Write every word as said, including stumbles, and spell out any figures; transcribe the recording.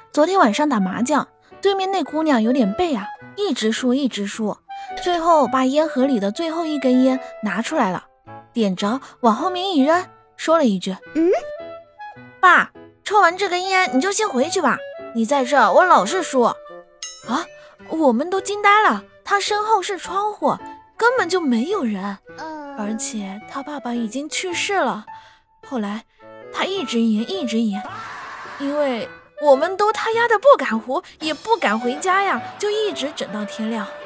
昨天晚上打麻将，对面那姑娘有点背啊，一直输一直输，最后把烟盒里的最后一根烟拿出来了，点着往后面一扔，说了一句：嗯，爸，抽完这根烟你就先回去吧，你在这我老是输。啊，我们都惊呆了，他身后是窗户，根本就没有人，而且他爸爸已经去世了。后来他一直演一直演，因为我们都他丫的不敢胡，也不敢回家呀，就一直整到天亮。